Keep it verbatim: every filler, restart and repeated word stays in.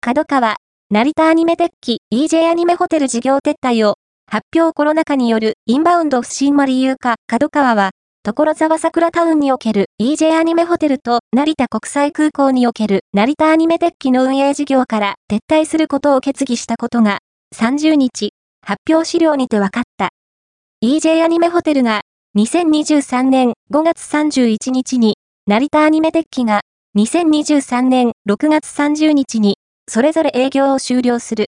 角川、成田アニメテッキ、イージェー アニメホテル事業撤退を、発表コロナ禍によるインバウンド不振も理由か、角川は、所沢桜タウンにおける イージェー アニメホテルと成田国際空港における成田アニメテッキの運営事業から撤退することを決議したことが、さんじゅうにち、発表資料にて分かった。イージェー アニメホテルが、にせんにじゅうさんねんごがつさんじゅういちにちに、成田アニメテッキが、にせんにじゅうさんねんろくがつさんじゅうにちに、それぞれ営業を終了する。